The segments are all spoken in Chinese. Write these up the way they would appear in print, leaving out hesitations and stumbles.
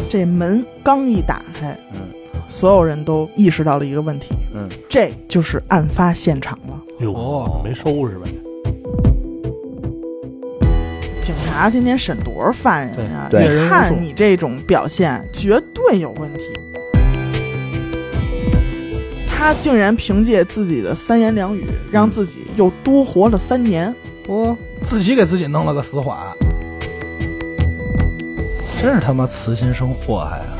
这门刚一打开，所有人都意识到了一个问题，这就是案发现场了。 哟，没收拾呗。 警察天天审多少犯人呀？ 对， 你看你这种表现绝对有问题。他竟然凭借自己的三言两语，让自己又多活了3年。 自己给自己弄了个死缓，真是他妈慈心生祸害啊！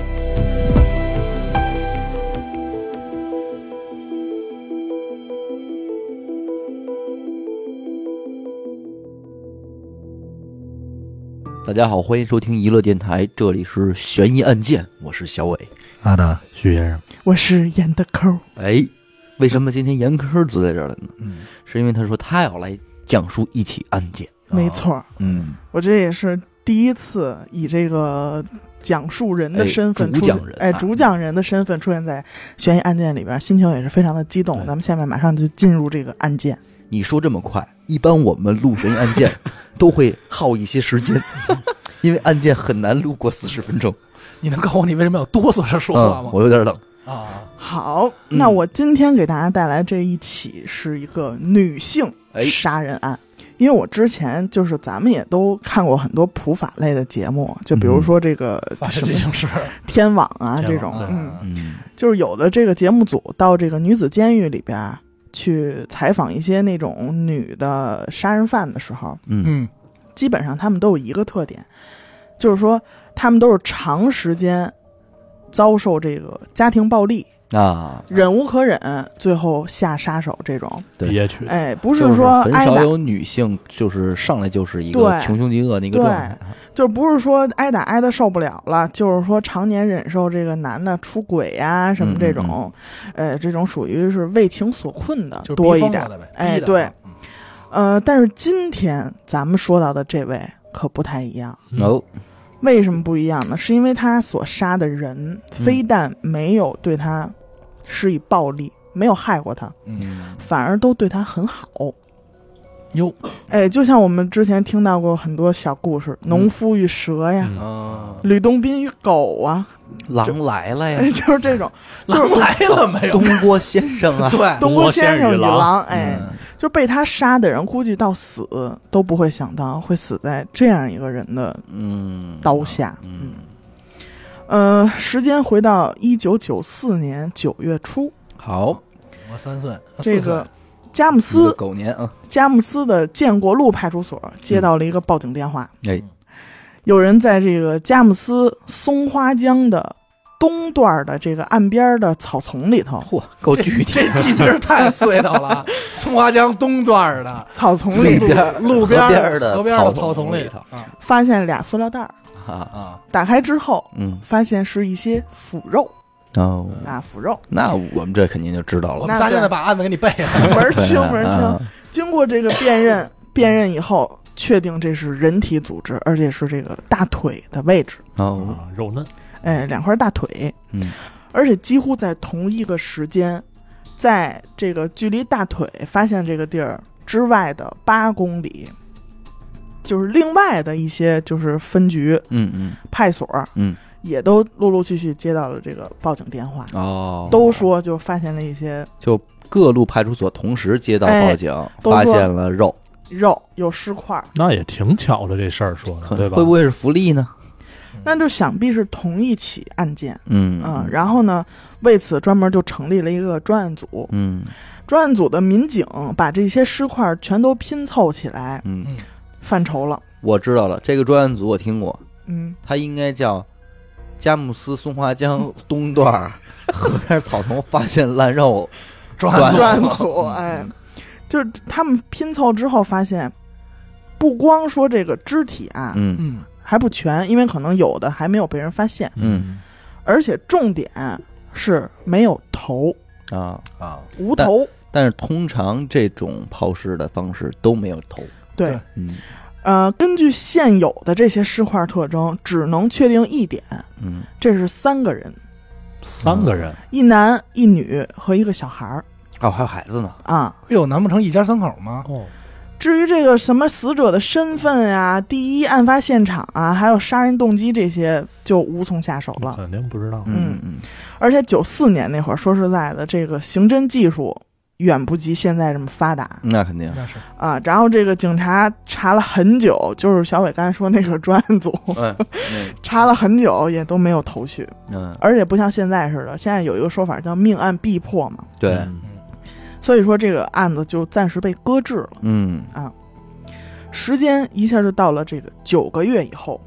大家好，欢迎收听娱乐电台，这里是悬疑案件，我是小伟。 阿达，徐先生， 我是严的抠。 为什么今天严科坐在这儿了呢？是因为他说他要来讲述一起案件。 没错，我这也是第一次以这个讲述人的身份主讲人的身份出现在悬疑案件里边，心情也是非常的激动。咱们下面马上就进入这个案件。 你说这么快，一般我们录悬疑案件都会耗一些时间，因为案件很难录过40分钟。 你能告诉我你为什么要哆嗦着说话吗？ 我有点冷啊。 好，那我今天给大家带来这一起是一个女性杀人案。因为我之前就是咱们也都看过很多普法类的节目，就比如说这个什么天网啊这种，就是有的这个节目组到这个女子监狱里边去采访一些那种女的杀人犯的时候，基本上他们都有一个特点，就是说他们都是长时间遭受这个家庭暴力啊，忍无可忍，最后下杀手这种憋屈。 不是说很少有女性就是上来就是一个穷凶极恶的一个状态， 就不是说挨打挨的受不了了，就是说常年忍受这个男的出轨呀什么这种，这种属于是为情所困的多一点。对，但是今天咱们说到的这位可不太一样。为什么不一样呢？是因为他所杀的人非但没有对他施以暴力，没有害过他，反而都对他很好。就像我们之前听到过很多小故事，农夫与蛇呀，吕洞宾与狗啊， 狼来了呀， 就是这种， 狼来了没有？ 东郭先生啊， 对，东郭先生与狼，就被他杀的人，估计到死都不会想到会死在这样一个人的刀下。时间回到1994年9月初。好， 我3岁。 这个佳木斯狗年啊， 佳木斯的建国路派出所接到了一个报警电话，有人在这个佳木斯松花江的东段的这个岸边的草丛里头， 够具体， 这地名太碎到了。松花江东段的草丛里， 路边的草丛里头， 发现2塑料袋打开之后，发现是一些腐肉。腐肉， 那我们这肯定就知道了。 我们仨现在把案子给你背了， 门清。经过这个辨认以后，确定这是人体组织，而且是这个大腿的位置。 肉嫩。 2块大腿。而且几乎在同一个时间，在这个距离大腿发现这个地儿之外的8公里，就是另外的一些就是分局、派出所，也都陆陆续续接到了这个报警电话。都说就发现了一些， 就各路派出所同时接到报警，发现了肉有尸块。 那也挺巧的，这事儿说的，对吧？ 会不会是福利呢？ 那就想必是同一起案件。然后呢，为此专门就成立了一个专案组。专案组的民警把这些尸块全都拼凑起来，犯愁了。 我知道了，这个专案组我听过，它应该叫佳木斯松花江东段河边草丛发现烂肉专案组。就是他们拼凑之后发现，不光说这个肢体啊，还不全，因为可能有的还没有被人发现，而且重点是没有头无头。 但是通常这种抛尸的方式都没有头。 对，根据现有的这些尸块特征，只能确定一点，这是3个人 ，3个人， 一男一女和一个小孩。 还有孩子呢啊！ 难不成一家3口吗？ 至于这个什么死者的身份啊、第一案发现场啊，还有杀人动机这些，就无从下手了。 肯定不知道。 而且94年那会儿，说实在的，这个刑侦技术远不及现在这么发达。 那肯定， 那是啊。然后这个警察查了很久，就是小伟刚才说那个专案组，查了很久也都没有头绪。而且不像现在似的，现在有一个说法叫命案必破嘛。 对。 所以说这个案子就暂时被搁置了。时间一下就到了这个9个月以后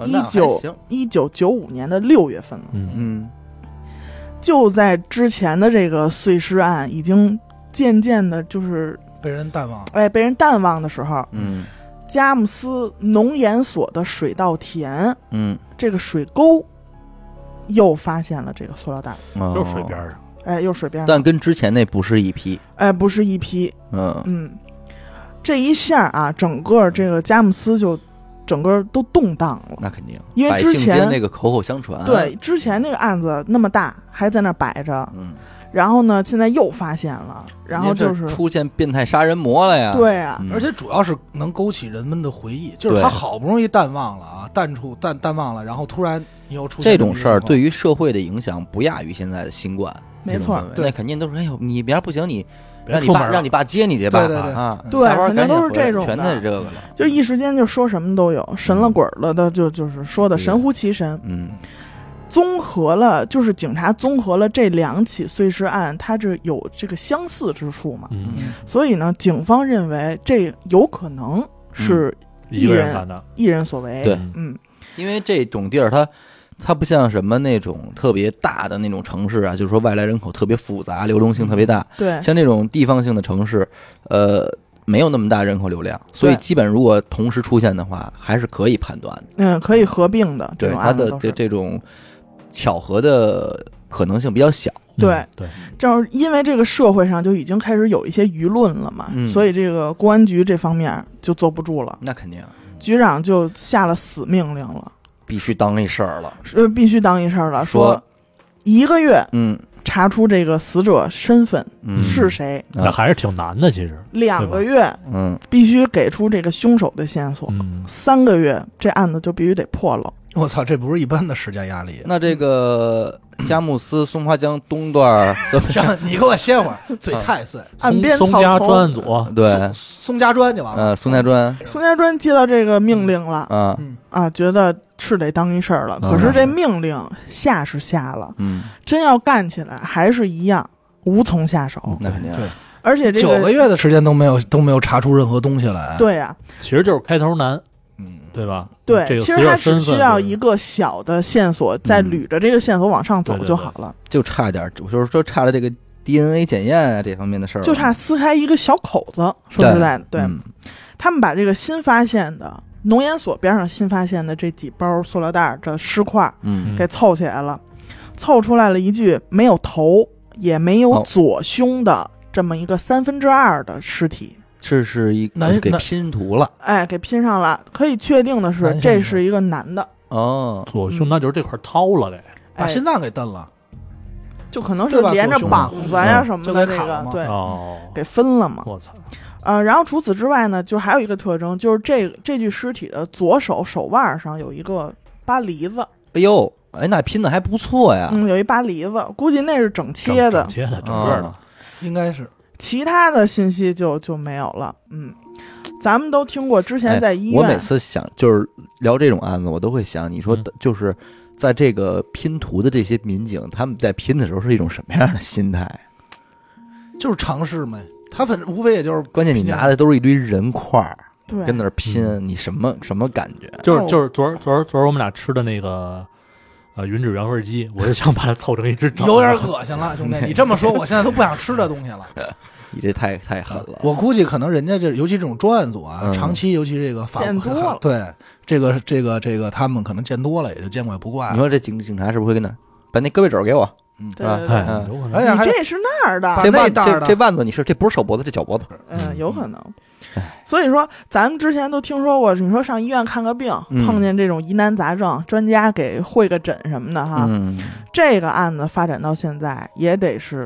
，1995年的6月份了。就在之前的这个碎尸案已经渐渐的就是被人淡忘， 被人淡忘的时候，佳木斯农研所的水稻田，这个水沟又发现了这个塑料袋， 又水边上。 又水边上， 但跟之前那不是一批， 不是一批，这一下啊，整个这个佳木斯就整个都动荡了。 那肯定， 因为之前那个口口相传， 对，之前那个案子那么大，还在那摆着，然后呢，现在又发现了，然后就是出现变态杀人魔了呀。 对啊， 而且主要是能勾起人们的回忆，就是他好不容易淡忘了啊，淡忘了，然后突然你又出现这种事儿，对于社会的影响不亚于现在的新冠。 没错， 那肯定都是哎呦，你明儿不行，你让你爸接你去吧。 对，肯定都是这种的， 全是这个了。 就一时间就说什么都有，神了鬼了的，就是说的神乎其神。综合了，就是警察综合了这2起碎尸案，它这有这个相似之处嘛。所以呢，警方认为这有可能是一人所为。 对，因为这种地儿它不像什么那种特别大的那种城市啊，就是说外来人口特别复杂，流动性特别大。 对， 像这种地方性的城市，没有那么大人口流量，所以基本如果同时出现的话，还是可以判断的。 可以合并的。 对，它的这种巧合的可能性比较小。 对，正是因为这个社会上就已经开始有一些舆论了嘛，所以这个公安局这方面就坐不住了。 那肯定， 局长就下了死命令了。 必须当一事儿了， 必须当一事儿了。说1个月，查出这个死者身份是谁， 那还是挺难的。其实 2个月，必须给出这个凶手的线索。3个月，这案子就必须得破了。 我操，这不是一般的时间压力。 那这个佳木斯松花江东段怎么样？你给我歇会儿，嘴太碎。 岸边松家专案组， 对， 松家专就完了。 松家专接到这个命令了，觉得是得当一事儿了。可是这命令下是下了，真要干起来还是一样无从下手。 那肯定， 对。 而且这个 9个月的时间都没有查出任何东西来。 对呀， 其实就是开头难。对吧？ 对，其实他只需要一个小的线索，再捋着这个线索往上走就好了。 就差点，就是说差了这个 DNA 检验啊这方面的事儿， 就差撕开一个小口子。说实在的，对，他们把这个新发现的农研所边上新发现的这几包塑料袋这尸块，给凑起来了，凑出来了一具没有头也没有左胸的这么一个2/3的尸体。 这是一个给拼图了， 给拼上了。可以确定的是，这是一个男的。 左胸那就是这块掏了呗， 把心脏给蹬了， 就可能是连着膀子呀什么的，这个对，给分了嘛。 我操！ 然后除此之外呢，就还有一个特征，就是这具尸体的左手手腕上有一个巴黎子。 哎呦，那拼的还不错呀。 有一巴黎子，估计那是整切的， 整个的， 应该是。 其他的信息就没有了。咱们都听过，之前在医院， 我每次想就是聊这种案子，我都会想，你说就是在这个拼图的这些民警，他们在拼的时候是一种什么样的心态？ 就是尝试嘛，他无非也就是关键，你拿的都是一堆人块儿， 对， 跟那儿拼，你什么感觉？ 就是昨儿我们俩吃的那个。云指原味鸡，我就想把它凑成一只整， 有点恶心了，兄弟！你这么说，我现在都不想吃这东西了。 你这太狠了。 我估计可能人家尤其这种专案组啊，长期尤其这个见多了， 对这个他们可能见多了，也就见怪不怪了。 你说这警察是不是会跟那把那胳膊肘给我？ 对吧？ 你这是那儿的， 这腕子这不是手脖子，这脚脖子。 有可能。所以说，咱们之前都听说过，你说上医院看个病，碰见这种疑难杂症，专家给会个诊什么的哈。这个案子发展到现在，也得是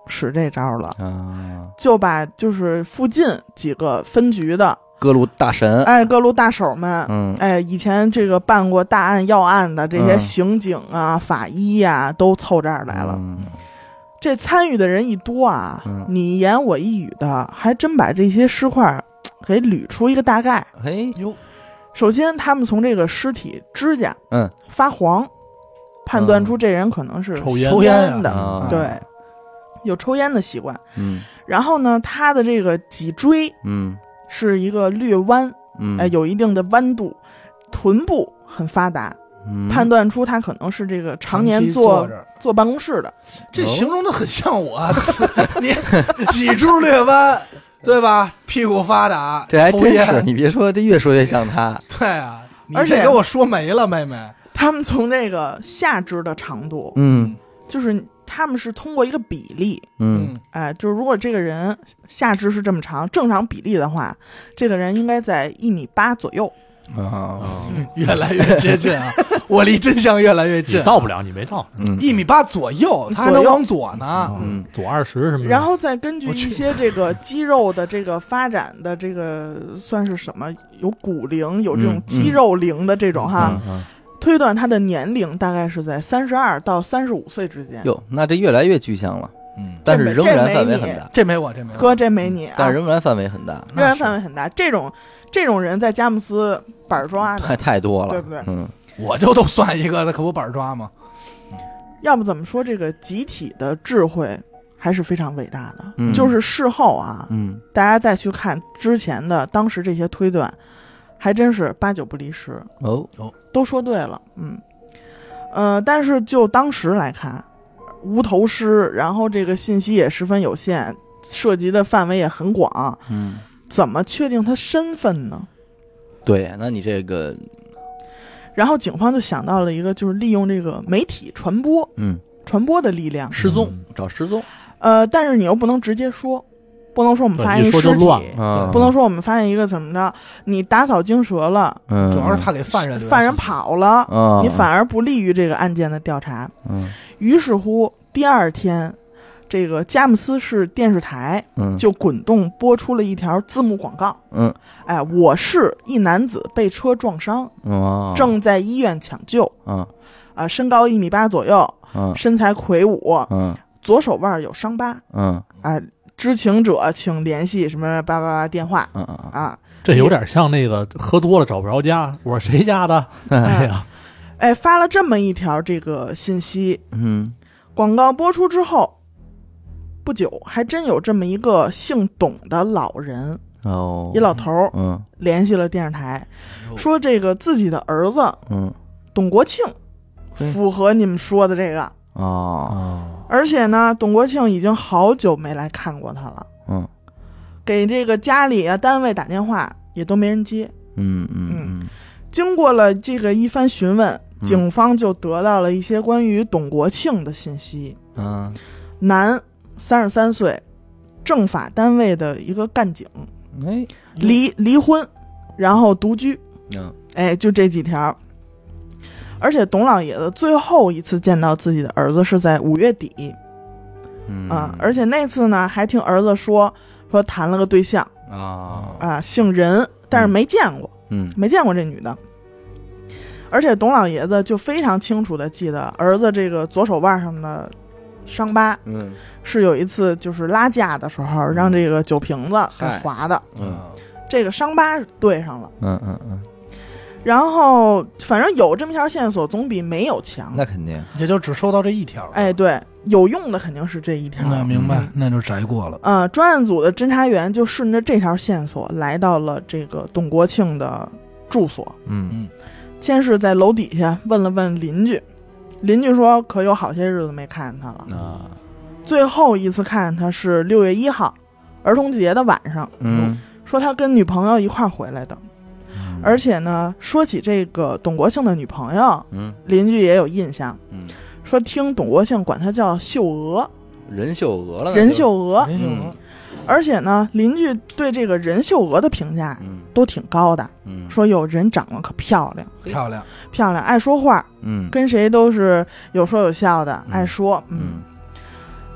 使这招了，就把就是附近几个分局的各路大神， 各路大手们，以前这个办过大案要案的这些刑警啊、法医啊，都凑这儿来了。这参与的人一多啊，你一言我一语的，还真把这些尸块给捋出一个大概。首先他们从这个尸体指甲发黄，判断出这人可能是抽烟的，对，有抽烟的习惯。然后呢，他的这个脊椎是一个略弯，有一定的弯度，臀部很发达，判断出他可能是这个常年坐办公室的。 这形容的很像我，你脊柱略弯，对吧？屁股发达， 这还真是，你别说，这越说越像他。 对啊，你这给我说没了，妹妹。 他们从这个下肢的长度，就是他们是通过一个比例，就是如果这个人下肢是这么长，正常比例的话，这个人应该在1.8米左右。 越来越接近啊！我离真相越来越近。 到不了，你没到。 1.8米左右，他还能往左呢。 左20什么的。 然后再根据一些这个肌肉的这个发展的这个算是什么？有骨龄，有这种肌肉龄的这种哈。推断他的年龄大概是在32到35岁之间。 哟，那这越来越具象了。但是仍然范围很大。 这没我哥，这没你啊！ 但仍然范围很大， 仍然范围很大。这种人在佳木斯板抓的太多了， 对不对？ 我就都算一个了，可不板抓吗？ 要不怎么说这个集体的智慧还是非常伟大的？就是事后啊，大家再去看之前的当时这些推断，还真是8、9不离十都说对了。但是就当时来看，无头尸，然后这个信息也十分有限，涉及的范围也很广，怎么确定他身份呢？ 对，那你这个， 然后警方就想到了一个，就是利用这个媒体传播，传播的力量， 找失踪， 但是你又不能直接说，不能说我们发现一尸体，不能说我们发现一个怎么着，你打草惊蛇了， 主要是怕给犯人跑了，你反而不利于这个案件的调查。于是乎，第二天，这个佳木斯市电视台就滚动播出了一条字幕广告。我市一男子被车撞伤，正在医院抢救。身高1.8米左右，身材魁梧，左手腕有伤疤。知情者请联系什么888电话。 这有点像那个喝多了找不着家，我说谁家的？ 发了这么一条这个信息。广告播出之后不久，还真有这么一个姓董的老人，一老头，联系了电视台，说这个自己的儿子，董国庆，符合你们说的这个。而且呢，董国庆已经好久没来看过他了。给这个家里啊单位打电话也都没人接。经过了这个一番询问，警方就得到了一些关于董国庆的信息。男，33岁，政法单位的一个干警，离婚，然后独居。就这几条。而且董老爷子最后一次见到自己的儿子是在5月底。而且那次呢还听儿子说谈了个对象姓任，但是没见过，没见过这女的。而且董老爷子就非常清楚的记得儿子这个左手腕上的伤疤，是有一次就是拉架的时候让这个酒瓶子给划的，这个伤疤对上了。然后反正有这么一条线索总比没有强。 那肯定， 也就只收到这一条。 对，有用的肯定是这一条。 那明白，那就摘过了。 专案组的侦查员就顺着这条线索来到了这个董国庆的住所。先是在楼底下问了问邻居，邻居说可有好些日子没看见他了。最后一次看见他是6月1号儿童节的晚上。说他跟女朋友一块回来的。而且呢，说起这个董国庆的女朋友，邻居也有印象。说听董国庆管她叫秀娥， 任秀娥了， 任秀娥。而且呢，邻居对这个任秀娥的评价都挺高的。说有人长得可漂亮，爱说话，跟谁都是有说有笑的，爱说。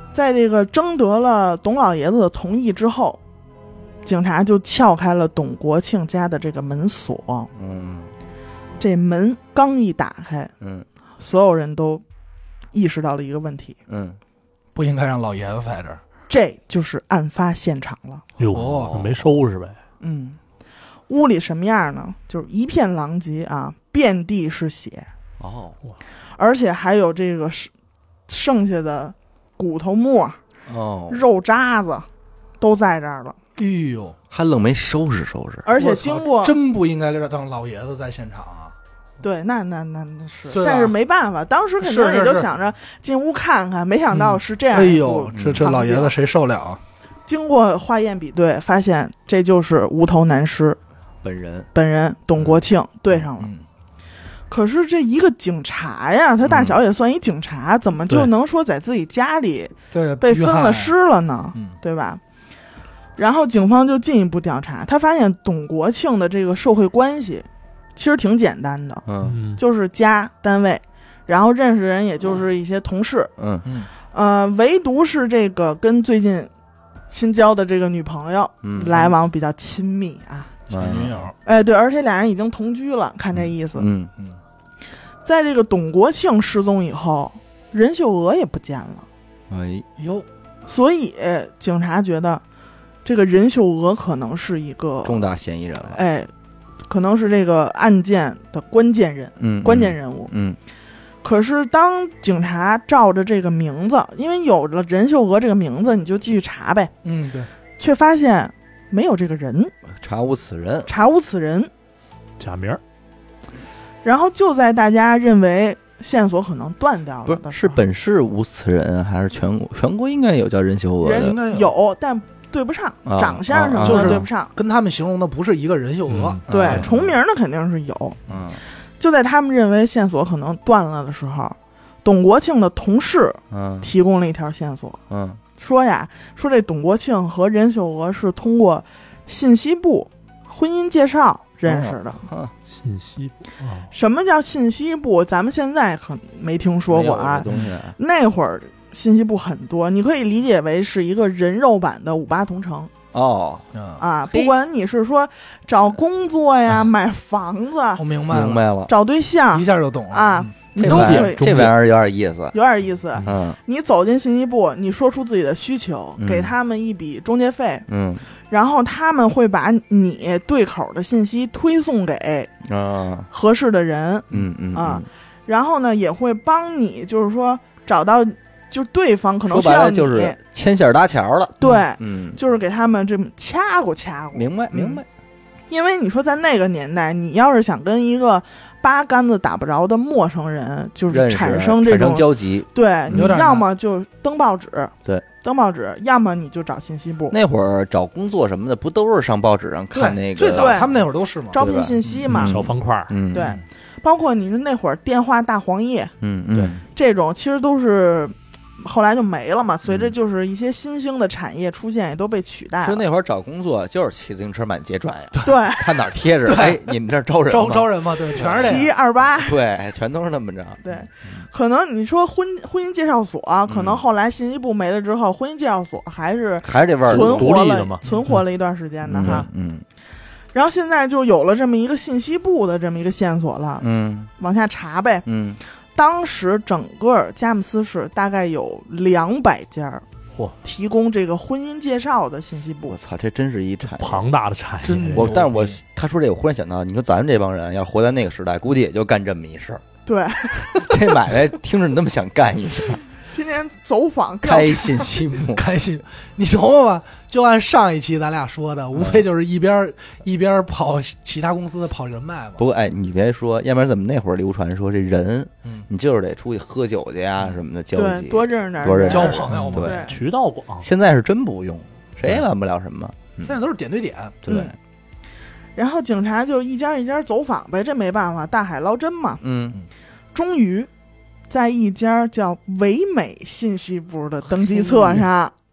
在这个征得了董老爷子的同意之后，警察就撬开了董国庆家的这个门锁。这门刚一打开，所有人都意识到了一个问题， 不应该让老爷子在这儿。 这就是案发现场了。 哟，没收拾呗。 屋里什么样呢？就是一片狼藉啊，遍地是血。而且还有这个剩下的骨头沫、肉渣子都在这儿了。 哎呦， 还愣没收拾。 而且经过真不应该让老爷子在现场啊。 对，那是，但是没办法，当时肯定也就想着进屋看看，没想到是这样。 哎呦，这老爷子谁受了啊？ 经过化验比对，发现这就是无头男尸本人董国庆对上了。可是这一个警察呀，他大小也算一警察，怎么就能说在自己家里被分了尸了呢？对吧？然后警方就进一步调查，他发现董国庆的这个社会关系其实挺简单的，就是家单位，然后认识人也就是一些同事，唯独是这个跟最近新交的这个女朋友来往比较亲密啊， 小女友， 对，而且俩人已经同居了，看这意思。在这个董国庆失踪以后，任秀娥也不见了。所以警察觉得这个任秀娥可能是一个重大嫌疑人了。 可能是这个案件的关键人物。可是当警察照着这个名字，因为有了任秀娥这个名字，你就继续查呗。 对， 却发现没有这个人， 查无此人， 假名。 然后就在大家认为线索可能断掉了的时候， 是本市无此人，还是全国应该有叫任秀娥的？ 人有，但对不上，长相什么的对不上， 跟他们形容的不是一个任秀娥。 对，重名的肯定是有。就在他们认为线索可能断了的时候，董国庆的同事提供了一条线索，说这董国庆和任秀娥是通过信息部婚姻介绍认识的。 信息部， 什么叫信息部？咱们现在可没听说过啊。那会儿信息部很多，你可以理解为是一个人肉版的58同城。不管你是说找工作呀、买房子， 我明白了， 找对象， 一下就懂了啊。你都会这玩意儿有点意思， 你走进信息部，你说出自己的需求，给他们一笔中介费，然后他们会把你对口的信息推送给合适的人，然后呢也会帮你，就是说找到就对方可能需要你， 就是牵线搭桥了， 对，就是给他们这么掐过， 明白。 因为你说在那个年代，你要是想跟一个八竿子打不着的陌生人，就是产生这种交集， 对，你要么就登报纸，要么你就找信息部。 那会儿找工作什么的，不都是上报纸上看那个？ 最早他们那会儿都是嘛， 招聘信息嘛， 小方块， 对，包括你那会儿电话大黄页， 对， 这种其实都是。后来就没了嘛，随着就是一些新兴的产业出现，也都被取代了。 就那会儿找工作就是骑自行车满街转呀， 对， 看哪儿贴着，你们这儿招人吗？ 招人吗？对，全是骑28， 对，全都是那么着。 对，可能你说婚姻介绍所，可能后来信息部没了之后，婚姻介绍所还是这味儿存活了一段时间的哈。然后现在就有了这么一个信息部的这么一个线索了，往下查呗，当时整个佳木斯市大概有200家提供这个婚姻介绍的信息部。 我操，这真是一产业庞大的产业。 但是他说这个，我忽然想到，你说咱们这帮人要活在那个时代，估计也就干这么一事儿。 对， 这买卖听着你那么想干一下。 天天走访开信息部， 你琢磨吧，就按上一期咱俩说的，无非就是一边跑其他公司跑人脉嘛。 不过你别说，要不然怎么那会儿流传说这人，你就是得出去喝酒去呀什么的，交际多认识点人， 交朋友嘛， 对， 渠道广。 现在是真不用，谁也完不了什么。 现在都是点对点， 对。 然后警察就一家一家走访呗，这没办法，大海捞针嘛。终于在一家叫唯美信息部的登记册上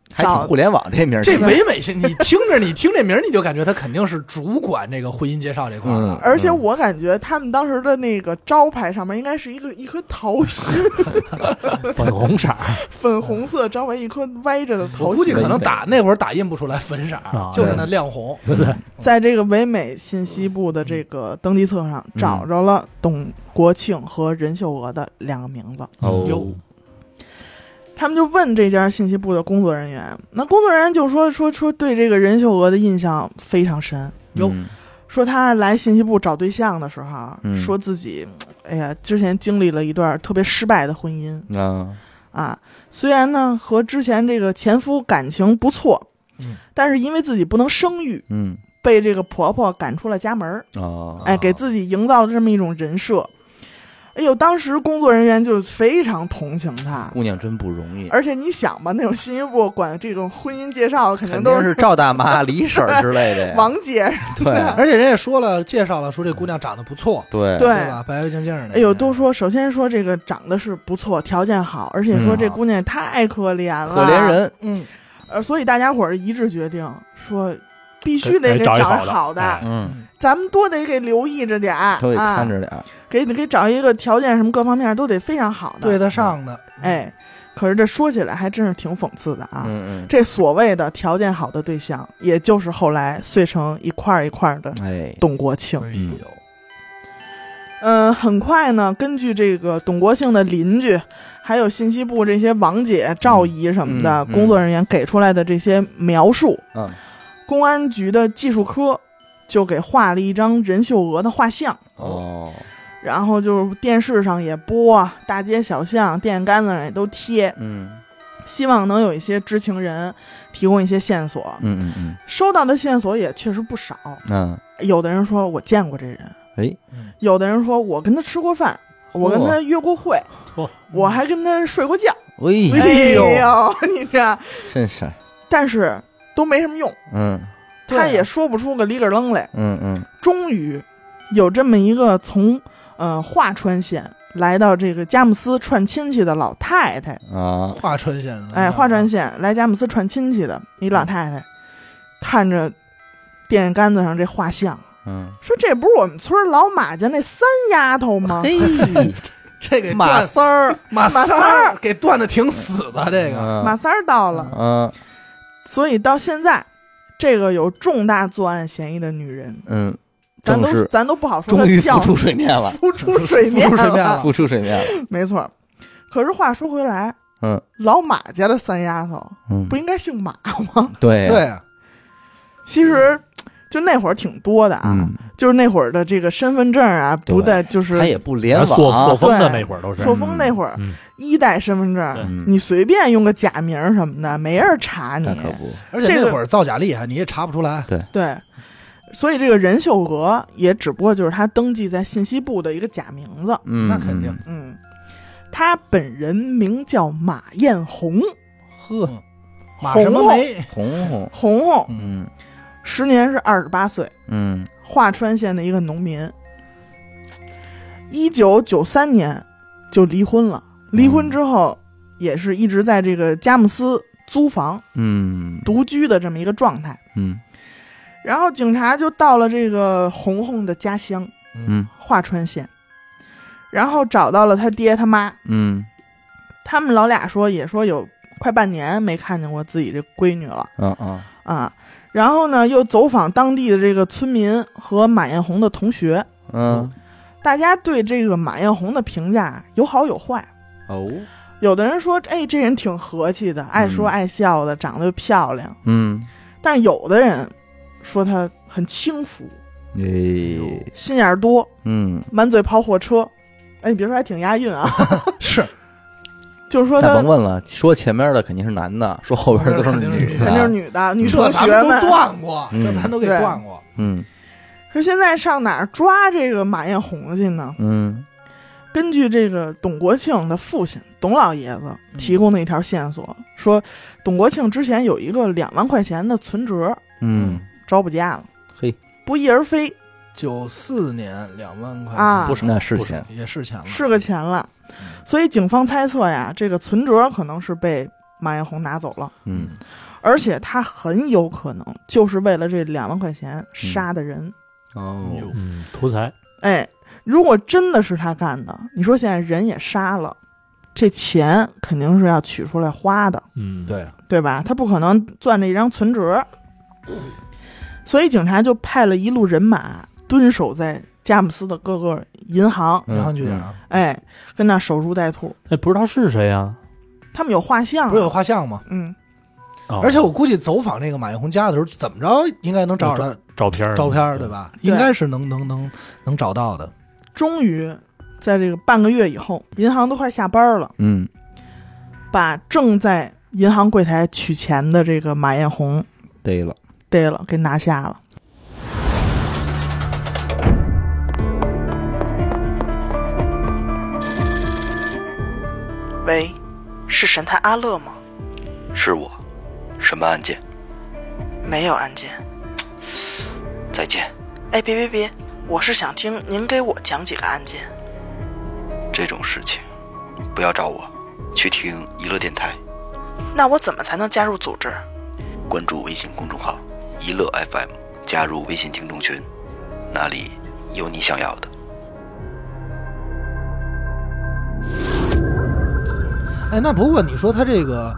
还挺互联网这名儿。 这唯美性，你听这名儿，你就感觉他肯定是主管这个婚姻介绍这块儿的。 而且我感觉他们当时的那个招牌上面应该是一颗桃心， 粉红色， 粉红色招牌一颗歪着的桃心。 我估计可能那会儿打印不出来粉色，就是那亮红。 对对， 在这个唯美信息部的这个登记册上找着了董国庆和任秀娥的2个名字。 哦， 他们就问这家信息部的工作人员，那工作人员就说对这个任秀娥的印象非常深。说他来信息部找对象的时候，说自己之前经历了一段特别失败的婚姻虽然呢和之前这个前夫感情不错，但是因为自己不能生育，被这个婆婆赶出了家门给自己营造了这么一种人设。哎呦，当时工作人员就非常同情她， 姑娘真不容易。 而且你想吧，那种信息部管这种婚姻介绍肯定都是赵大妈、李婶之类的王姐。 对， 而且人也说了，介绍了说这姑娘长得不错， 对吧？ 白白净净的。 哎呦，都说首先说这个长得是不错，条件好，而且说这姑娘太可怜了， 可怜人。 所以大家伙儿一致决定说，必须得给找好的，咱们多得给留意着点儿， 都得看着点儿， 给找一个条件什么各方面都得非常好的， 对得上的。 可是这说起来还真是挺讽刺的啊！这所谓的条件好的对象，也就是后来碎成一块一块的董国庆。很快呢，根据这个董国庆的邻居，还有信息部这些王姐、赵姨什么的工作人员给出来的这些描述，公安局的技术科就给画了一张任秀娥的画像。然后就是电视上也播，大街小巷、电线杆子上也都贴，希望能有一些知情人提供一些线索。收到的线索也确实不少。有的人说我见过这人，有的人说我跟他吃过饭，我跟他约过会，我还跟他睡过觉。哎呦，你这真是， 但是都没什么用。他也说不出个里个楞来。终于有这么一个从华川县来到这个佳木斯串亲戚的老太太华川县华川县来佳木斯串亲戚的一老太太，看着电线杆子上这画像，说这不是我们村老马家那3丫头吗？ 这个马三儿给断的挺死的，这个马三儿到了。所以到现在，这个有重大作案嫌疑的女人，咱都不好说， 终于浮出水面了， 浮出水面了， 没错。可是话说回来，老马家的3丫头，不应该姓马吗？ 对， 其实就那会儿挺多的啊，就是那会儿的这个身份证啊，不带就是他也不联网， 朔风的那会儿都是朔风那会儿1代身份证，你随便用个假名什么的，没人查你。 可不， 而且那会儿造假厉害，你也查不出来。 对。所以这个任秀娥也只不过就是他登记在信息部的一个假名字。 那肯定。 他本人名叫马艳红。 马什么梅？ 红。时年是28岁。华川县的一个农民。1993年就离婚了。离婚之后，也是一直在这个佳木斯租房，独居的这么一个状态。然后警察就到了这个红红的家乡，华川县，然后找到了他爹他妈，他们老俩也说有快半年没看见过自己这闺女了，然后呢又走访当地的这个村民和马艳红的同学，大家对这个马艳红的评价有好有坏。有的人说，这人挺和气的，爱说爱笑的，长得又漂亮，但是有的人说他很轻浮，心眼多，满嘴跑火车，你别说还挺押韵啊。 是， 就是说他甭问了，说前面的肯定是男的，说后边都是女的， 肯定是女的，女同学们都断过，这咱都给断过。 可是现在上哪儿抓这个马艳红去呢？根据这个董国庆的父亲董老爷子提供的一条线索，说董国庆之前有一个2万块钱的存折，招不见了，不翼而飞。 94年2万块啊， 不是那是钱， 也是钱了， 是个钱了。所以警方猜测呀，这个存折可能是被马艳红拿走了。而且他很有可能就是为了这2万块钱杀的人。 图财。 如果真的是他干的，你说现在人也杀了，这钱肯定是要取出来花的。对吧？他不可能攥着一张存折。所以警察就派了一路人马蹲守在佳木斯的各个银行据点， 跟那守株待兔。 不知道是谁呀？ 他们有画像， 不是有画像吗？而且我估计走访这个马艳红家的时候，怎么着应该能找着他照片，对吧？应该是能找到的。 终于在这个半个月以后，银行都快下班了，把正在银行柜台取钱的这个马艳红逮了， 给拿下了。喂，是神探阿乐吗？ 是我。什么案件？ 没有案件。 再见。 别，我是想听您给我讲几个案件。 这种事情不要找我，去听娱乐电台。 那我怎么才能加入组织？ 关注微信公众号娱乐 FM， 加入微信听众群，那里有你想要的。 那不过你说他这个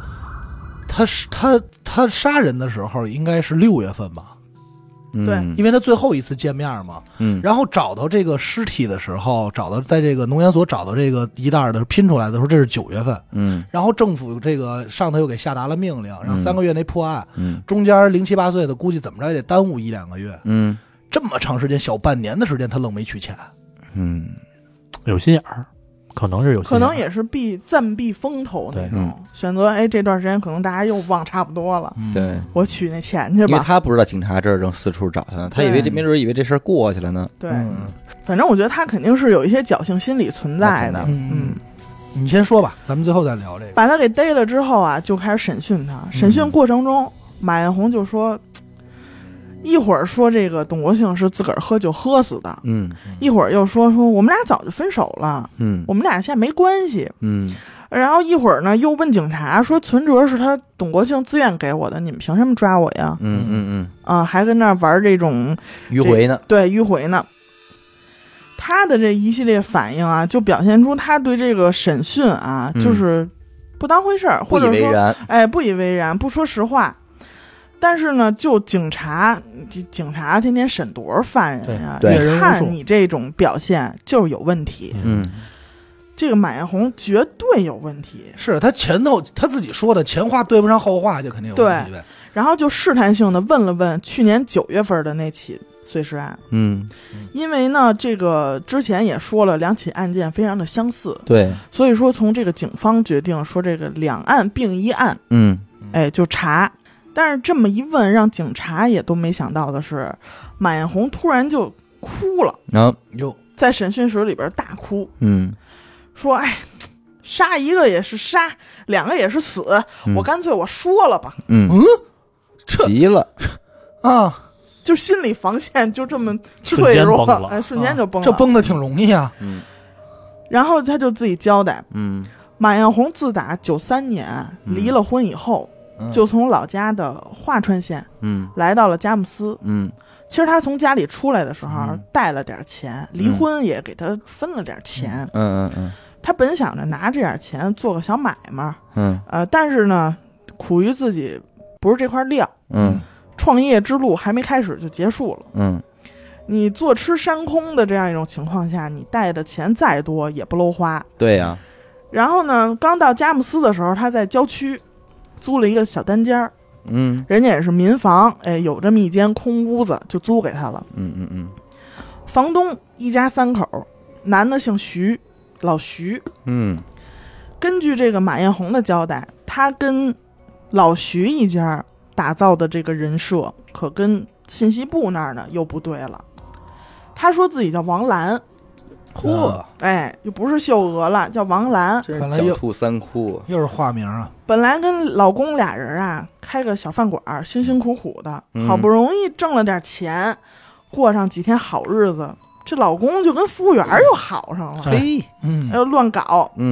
他杀人的时候应该是6月份吧？ 对， 因为他最后一次见面嘛。然后找到这个尸体的时候，找到在这个农研所找到这个一袋的拼出来的时候，这是9月份。然后政府这个上头又给下达了命令，让3个月内破案。中间0、7、8岁的估计怎么着也得耽误1、2个月。这么长时间，小半年的时间，他愣没取钱。 有心眼儿。可能是有， 可能也是暂避风头那种选择。这段时间可能大家又忘差不多了， 对， 我取那钱去吧。 因为他不知道警察这儿正四处找他呢，他没准以为这事儿过去了呢。 对，反正我觉得他肯定是有一些侥幸心理存在的。 你先说吧，咱们最后再聊这个。 把他给逮了之后啊，就开始审讯他。审讯过程中，马艳红就说。一会儿说这个董国庆是自个儿喝酒喝死的，一会儿又说我们俩早就分手了，我们俩现在没关系，然后一会儿呢又问警察说存折是他董国庆自愿给我的，你们凭什么抓我呀？还跟那玩这种迂回呢， 对，迂回呢。他的这一系列反应啊，就表现出他对这个审讯啊，就是不当回事儿，或者说不以为然，不说实话。但是呢，就警察天天审多少犯人呀？你看你这种表现就是有问题。这个马艳红绝对有问题。 是他前头他自己说的前话对不上后话，就肯定有问题呗。 然后就试探性的问了问去年9月份的那起碎尸案。因为呢，这个之前也说了，2起案件非常的相似。 对， 所以说从这个警方决定说这个2案并一案。就查。但是这么一问，让警察也都没想到的是，马艳红突然就哭了，在审讯室里边大哭，说杀一个也是杀，2个也是死，我干脆我说了吧， 急了啊， 就心理防线就这么脆弱，瞬间就崩了， 这崩的挺容易啊。 然后他就自己交代，马艳红自打93年离了婚以后。就从老家的华川县，来到了佳木斯。其实他从家里出来的时候带了点钱，离婚也给他分了点钱。他本想着拿这点钱做个小买卖，但是呢，苦于自己不是这块料，创业之路还没开始就结束了。你坐吃山空的这样一种情况下，你带的钱再多也不搂花。 对呀。 然后呢，刚到佳木斯的时候，他在郊区。租了一个小单间儿，人家也是民房，有这么一间空屋子，就租给他了。房东一家3口，男的姓徐，老徐。根据这个马艳红的交代，他跟老徐一家打造的这个人设，可跟信息部那儿呢又不对了。他说自己叫王兰。又不是秀娥了，叫王兰。 这是狡兔3窟， 又是化名啊。 本来跟老公俩人啊开个小饭馆，辛辛苦苦的，好不容易挣了点钱，过上几天好日子，这老公就跟服务员又好上了，又乱搞。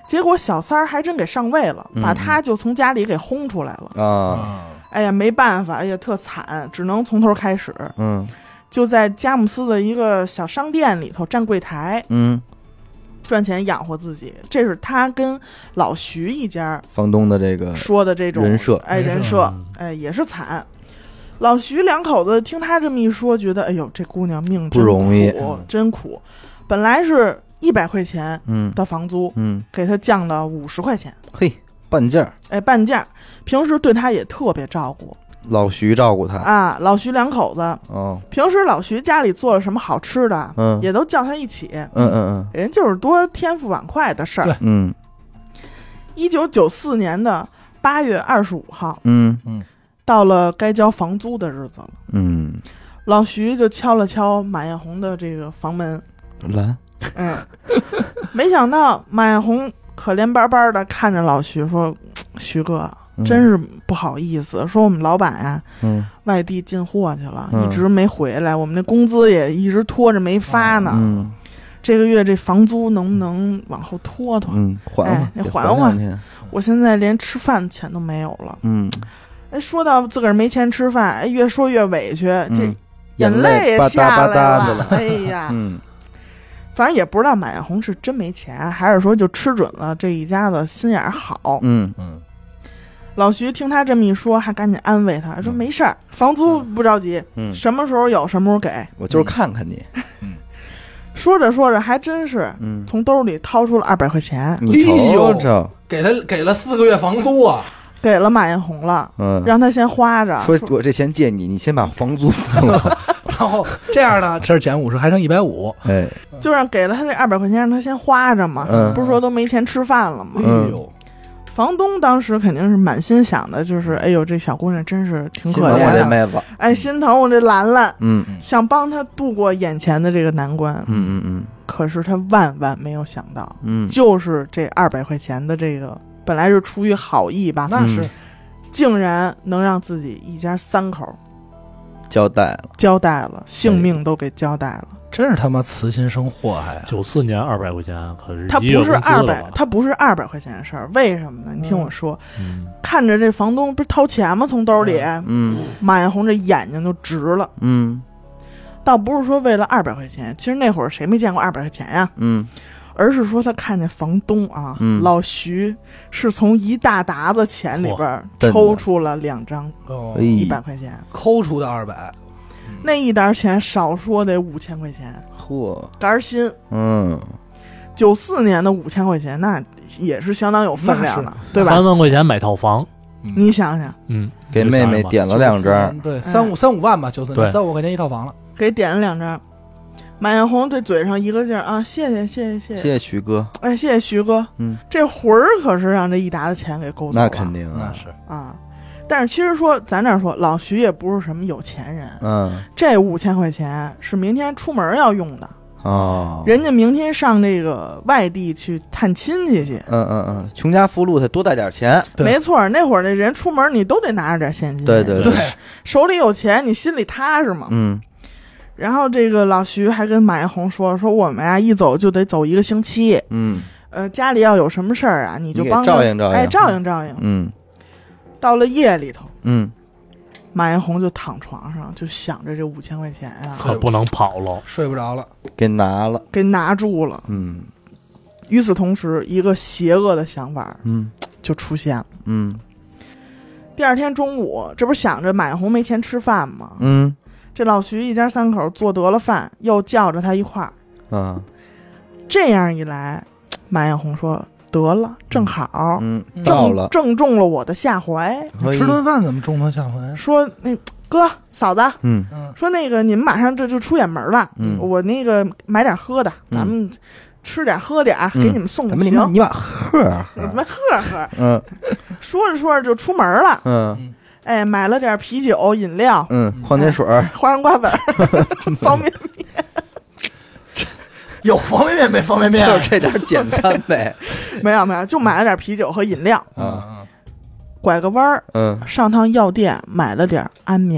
结果小三儿还真给上位了，把他就从家里给轰出来了啊！ 哎呀，没办法，哎呀，特惨，只能从头开始。就在佳木斯的一个小商店里头站柜台，赚钱养活自己。这是他跟老徐一家房东的这个说的这种人设， 人设，也是惨。老徐两口子听他这么一说，觉得哎呦，这姑娘命真苦，不容易，真苦。本来是100块钱的房租，给他降到50块钱， 嘿，半价。 半价。平时对他也特别照顾， 老徐照顾他啊，老徐两口子平时老徐家里做了什么好吃的，也都叫他一起，人就是多添副碗筷的事儿。1994年的8月25号，到了该交房租的日子了，老徐就敲了敲马艳红的这个房门，没想到马艳红可怜巴巴的看着老徐说：“徐哥，真是不好意思，说我们老板呀，外地进货去了，一直没回来，我们那工资也一直拖着没发呢。这个月这房租能不能往后拖拖？缓缓，我现在连吃饭钱都没有了。说到自个儿没钱吃饭，越说越委屈，这眼泪也下来了。哎呀，反正也不知道马艳红是真没钱，还是说就吃准了这一家子心眼好。老徐听他这么一说，还赶紧安慰他说：“没事儿，房租不着急，什么时候有什么时候给。 我就是看看你。” 说着说着，还真是从兜里掏出了200块钱。 你瞅瞅， 给了4个月房租啊！ 给了马艳红了，让他先花着。 说我这钱借你，你先把房租付了。 然后这样呢，这是减50，还剩150。 就让给了他这200块钱，让他先花着嘛。不是说都没钱吃饭了吗？房东当时肯定是满心想的，就是哎呦，这小姑娘真是挺可怜的， 心疼我这妹子， 心疼我这兰兰，想帮她度过眼前的这个难关，可是他万万没有想到，就是这200块钱的这个，本来是出于好意吧，那是，竟然能让自己一家3口交代了，性命都给交代了。 真是他妈慈心生祸害啊 ！94年200块钱可是他不是200，他不是200块钱的事儿。为什么呢？你听我说，看着这房东不是掏钱吗？从兜里，马艳红这眼睛就直了。倒不是说为了200块钱，其实那会儿谁没见过200块钱呀？而是说他看见房东啊，老徐是从一大沓子钱里边抽出了2张100块钱， 抠出的200。 那一沓钱少说得5000块钱，肝心。94年的5000块钱，那也是相当有分量的，对吧 ？3万块钱买套房， 你想想， 给妹妹点了2张， 对，3-5万吧，94年3-5块钱一套房了， 给点了2张。马艳红这嘴上一个劲儿啊，谢谢徐哥， 谢谢徐哥，这魂儿可是让这一沓的钱给勾走了， 那肯定那是啊。但是其实说咱这说，老徐也不是什么有钱人，这5000块钱是明天出门要用的人家明天上这个外地去探亲戚去， 穷家富路他多带点钱， 没错，那会儿那人出门你都得拿着点现金， 对， 手里有钱你心里踏实嘛，然后这个老徐还跟马艳红说我们呀一走就得走1个星期，家里要有什么事儿啊，你就帮照应照应，到了夜里头，马艳红就躺床上就想着这5000块钱啊， 可不能跑了， 睡不着了， 给拿住了，与此同时，一个邪恶的想法，就出现了，第二天中午，这不是想着马艳红没钱吃饭吗？这老徐一家3口做得了饭，又叫着他一块儿，这样一来，马艳红说。得了，正好，正中了我的下怀。 吃顿饭怎么中他下怀？ 说那哥嫂子，说那个你们马上这就出远门了，我那个买点喝的，咱们吃点喝点，给你们送个行。 你把喝， 说着说着就出门了，买了点啤酒、饮料， 矿泉水、 花生瓜子、方便面。 有方便面没方便面？ 就是这点简餐呗。 没有，就买了点啤酒和饮料。拐个弯儿，上趟药店买了点安眠药。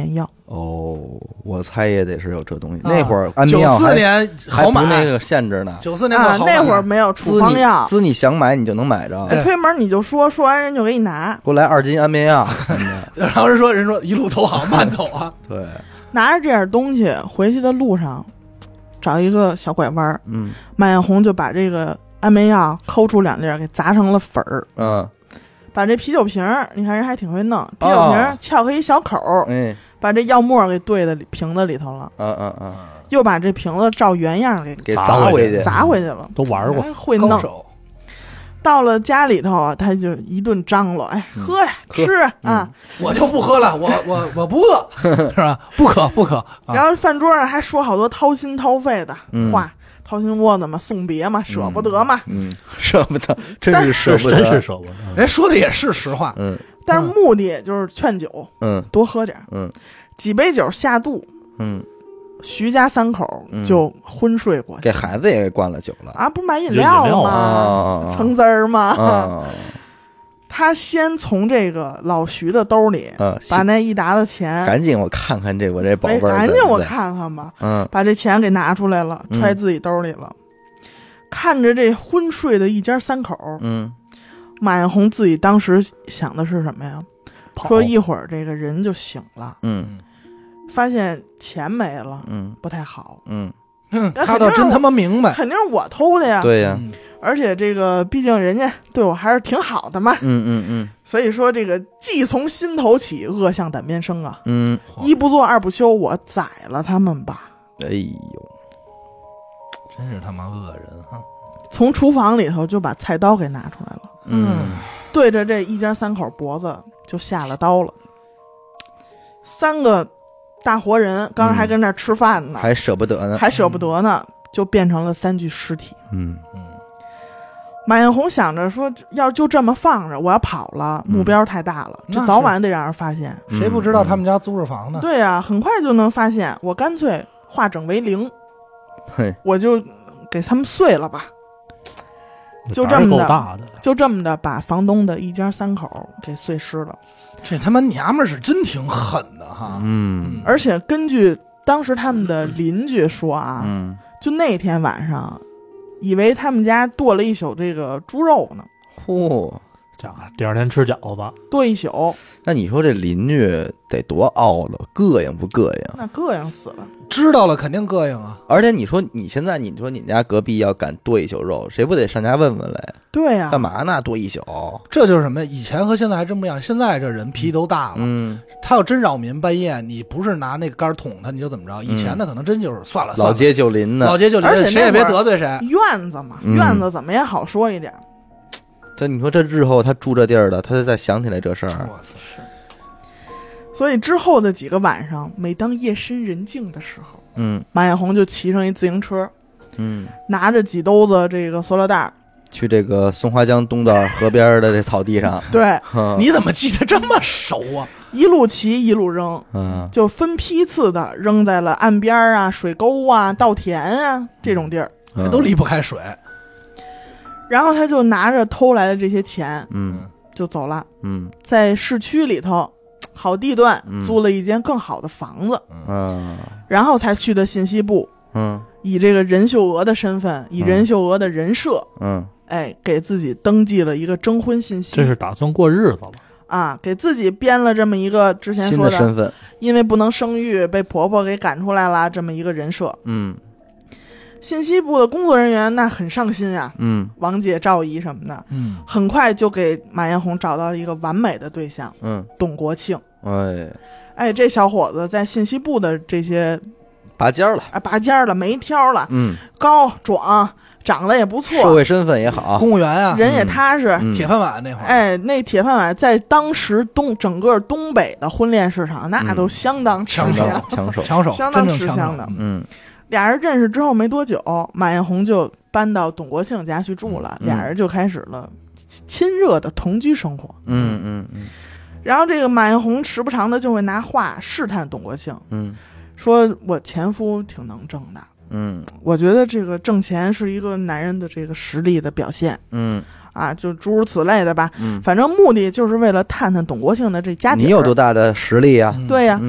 哦，我猜也得是有这东西。那会儿安眠药 94年好买， 那个限制呢。 94年好买， 那会儿没有处方药， 你想买你就能买着。 推门你就说完人就给你拿， 给我来2斤安眠药。 然后人说一路投降，慢走啊。 对， 拿着这点东西回去的路上，找一个小拐弯，马艳红就把这个安眠药抠出2粒，给砸成了粉儿。把这啤酒瓶，你看人还挺会弄，啤酒瓶撬开一小口，把这药沫给兑到瓶子里头了。又把这瓶子照原样给砸回去了。 都玩过， 会弄。到了家里头啊，他就一顿张罗，喝呀，吃啊， 我就不喝了，我不饿，是吧？不渴。 然后饭桌上还说好多掏心掏肺的话。掏心窝子嘛，送别嘛，舍不得嘛， 舍不得，真是舍不得， 真是舍不得。 人说的也是实话， 但是目的就是劝酒，多喝点，几杯酒下肚，徐家3口就昏睡过去， 给孩子也给灌了酒了啊， 不是买饮料吗？橙汁儿吗？他先从这个老徐的兜里把那一沓的钱， 赶紧我看看我这宝贝， 赶紧我看看吧，把这钱给拿出来了，揣自己兜里了。看着这昏睡的一家3口，马艳红自己当时想的是什么呀？说一会儿这个人就醒了，发现钱没了，不太好， 他倒真他妈明白， 肯定是我偷的呀， 对呀。 而且这个毕竟人家对我还是挺好的嘛，所以说这个计从心头起，恶向胆边生啊，一不做二不休，我宰了他们吧。 哎呦， 真是他妈恶人哈！ 从厨房里头就把菜刀给拿出来了，对着这一家3口脖子就下了刀了。3个大活人刚才还跟那吃饭呢， 还舍不得呢， 就变成了3具尸体。马艳红想着说，要就这么放着，我要跑了，目标太大了，这早晚得让人发现。 谁不知道他们家租着房呢？ 对呀，很快就能发现。我干脆化整为零，我就给他们碎了吧。就这么的把房东的一家3口给碎尸了。 这他妈娘们儿是真挺狠的哈。 而且根据当时他们的邻居说啊，就那天晚上。以为他们家剁了一宿这个猪肉呢， 这样第2天吃饺子， 剁一宿。 那你说这邻居得多懊恼，膈应不膈应？ 那膈应死了， 知道了肯定膈应啊。 而且你说你现在，你说你们家隔壁要敢剁一宿肉，谁不得上家问问来？ 对呀， 干嘛呢？剁一宿？ 这就是什么？以前和现在还真不一样。现在这人脾气都大了，他要真扰民半夜，你不是拿那个杆捅他，你就怎么着？以前呢，可能真就是算了， 老街旧邻的， 而且谁也别得罪谁。 院子嘛，院子怎么也好说一点。 这你说这日后他住这地儿的，他就再想起来这事儿。 是。所以之后的几个晚上，每当夜深人静的时候，马艳红就骑上一自行车，拿着几兜子这个塑料袋， 去这个松花江东段河边的这草地上。 对， 你怎么记得这么熟啊？ 一路骑一路扔，就分批次的扔在了岸边啊、水沟啊、稻田啊这种地儿， 都离不开水。 然后他就拿着偷来的这些钱，就走了。在市区里头，好地段租了一间更好的房子，然后才去的信息部，以这个任秀娥的身份，以任秀娥的人设，给自己登记了一个征婚信息。 这是打算过日子了啊！给自己编了这么一个之前说的新的身份， 因为不能生育被婆婆给赶出来了这么一个人设。信息部的工作人员那很上心啊，王姐、赵姨什么的，很快就给马艳红找到了一个完美的对象，董国庆。这小伙子在信息部的这些拔尖了， 没挑了，高壮，长得也不错， 社会身份也好， 公务员啊， 人也踏实， 铁饭碗那会儿， 那铁饭碗在当时整个东北的婚恋市场那都相当吃香， 抢手， 相当吃香的。俩人认识之后没多久，马艳红就搬到董国庆家去住了，俩人就开始了亲热的同居生活。然后这个马艳红时不常的就会拿话试探董国庆，说我前夫挺能挣的，我觉得这个挣钱是一个男人的这个实力的表现，就诸如此类的吧，反正目的就是为了探探董国庆的这家底。 你有多大的实力啊？ 对呀，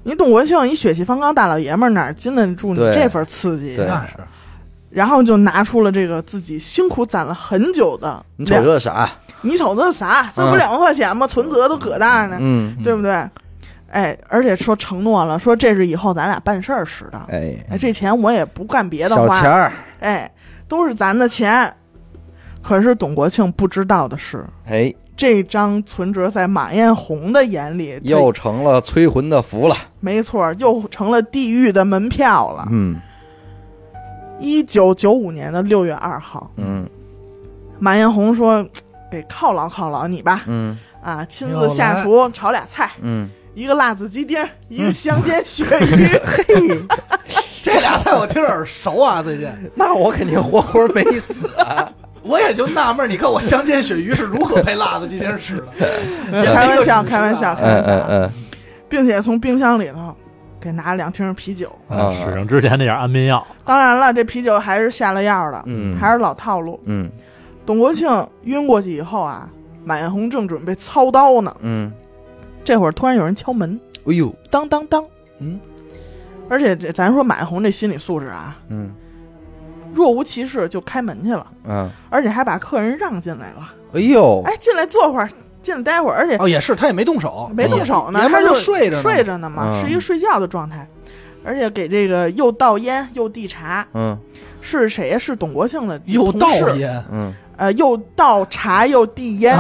你董国庆一血气方刚大老爷们儿，哪经得住你这份刺激？ 那是。 然后就拿出了这个自己辛苦攒了很久的， 你瞅这啥？ 你瞅这啥？这不2万块钱吗？存折都可大呢，对不对？哎，而且说承诺了，说这是以后咱俩办事儿使的。哎，这钱我也不干别的花， 小钱儿， 哎，都是咱的钱。可是董国庆不知道的是， 哎， 这张存折在马艳红的眼里又成了催魂的符了。 没错，又成了地狱的门票了。1995年的6月2号，马艳红说：“给犒劳犒劳你吧，亲自下厨炒俩菜，一个辣子鸡丁，一个香煎鳕鱼。 嘿，这俩菜我听着耳熟啊，最近。 那我肯定活活没死啊！ 我也就纳闷，你看我香煎鳕鱼是如何配辣子鸡丁吃的？ 开玩笑，开玩笑，开玩笑。并且从冰箱里头给拿了2听啤酒， 使上之前那点安眠药。 当然了，这啤酒还是下了药的，还是老套路。董国庆晕过去以后啊，马艳红正准备操刀呢，这会儿突然有人敲门， 哎呦， 当当当，而且咱说马艳红这心理素质啊，若无其事就开门去了，而且还把客人让进来了。 哎呦， 哎，进来坐会儿，进来待会儿，而且也是他也没动手， 没动手呢， 他就睡着呢嘛，是一个睡觉的状态，而且给这个又倒烟又递茶，是谁呀？是董国庆的又倒烟， 又倒茶又递烟，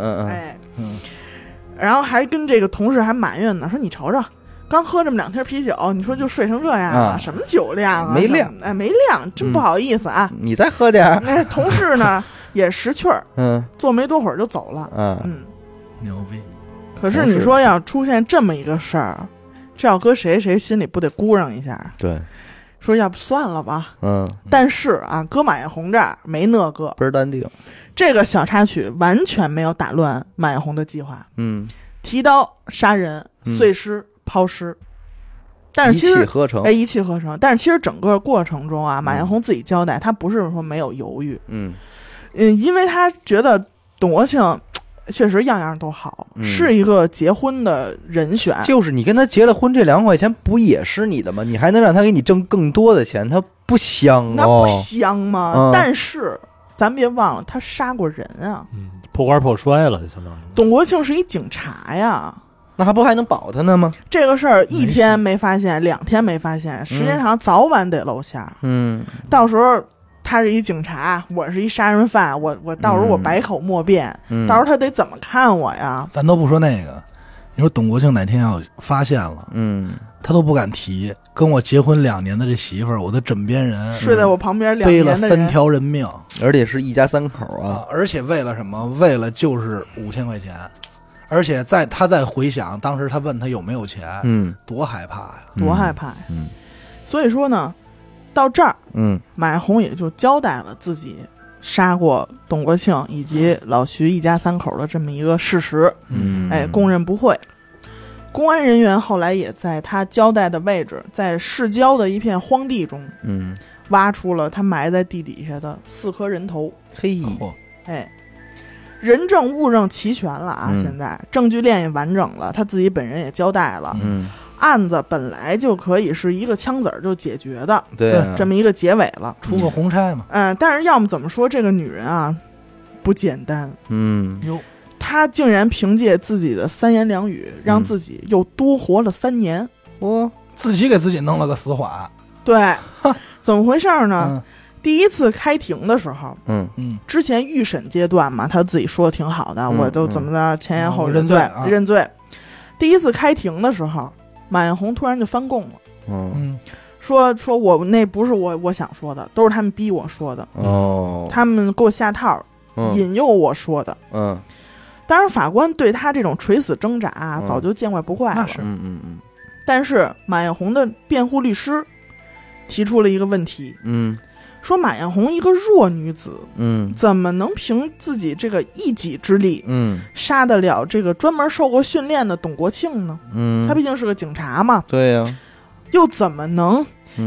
然后还跟这个同事还埋怨呢，说你瞅瞅。刚喝这么2瓶啤酒，你说就睡成这样了，什么酒量啊？ 没亮， 哎，没亮，真不好意思啊。 你再喝点。 哎，同事呢也识趣儿，坐没多会儿就走了， 牛逼。 可是你说要出现这么一个事儿，这要搁谁心里不得咕嚷一下？ 对， 说要不算了吧。但是啊，搁马艳红这儿没那个， 倍儿淡定。 这个小插曲完全没有打乱马艳红的计划。提刀杀人，碎尸。抛尸，但是其实一气呵成， 一气呵成。但是其实整个过程中啊，马艳红自己交代，他不是说没有犹豫，因为他觉得董国庆确实样样都好，是一个结婚的人选。 就是你跟他结了婚，这2万块钱不也是你的吗？你还能让他给你挣更多的钱，他不香哦？ 那不香吗？但是咱别忘了，他杀过人啊， 破罐破摔了，就相当于。 董国庆是一警察呀。 那还不还能保他呢吗？ 这个事儿1天没发现，2天没发现，时间长早晚得露馅。到时候他是一警察，我是一杀人犯，我到时候我百口莫辩，到时候他得怎么看我呀？ 咱都不说那个，你说董国庆哪天要发现了，他都不敢提。跟我结婚2年的这媳妇儿，我的枕边人睡在我旁边2 年的人，背了3条人命， 而且是一家3口啊！ 而且为了什么？为了就是5000块钱。而且他再回想当时他问他有没有钱，多害怕呀， 多害怕呀！所以说呢，到这儿，马艳红也就交代了自己杀过董国庆以及老徐一家3口的这么一个事实，供认不讳。公安人员后来也在他交代的位置，在市郊的一片荒地中，挖出了他埋在地底下的4颗人头。 嘿， 人证物证齐全了啊！现在证据链也完整了，他自己本人也交代了。案子本来就可以是一个枪子儿就解决的， 对， 这么一个结尾了， 出个红差嘛。 但是要么怎么说，这个女人啊不简单。她竟然凭借自己的3言2语，让自己又多活了3年。 自己给自己弄了个死缓。 对，怎么回事呢？第一次开庭的时候，之前预审阶段嘛，他自己说的挺好的，我都怎么的前言后语，认罪。第一次开庭的时候，马艳红突然就翻供了，说我那不是我想说的，都是他们逼我说的，他们给我下套，引诱我说的，当然法官对他这种垂死挣扎早就见怪不怪了，但是马艳红的辩护律师提出了一个问题，说马艳红一个弱女子，怎么能凭自己这个一己之力，杀得了这个专门受过训练的董国庆呢？他毕竟是个警察嘛， 对呀， 又怎么能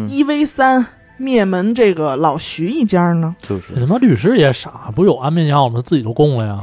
1v3灭门这个老徐一家呢？ 就是他妈律师也傻，不有安眠药吗？他自己都供了呀。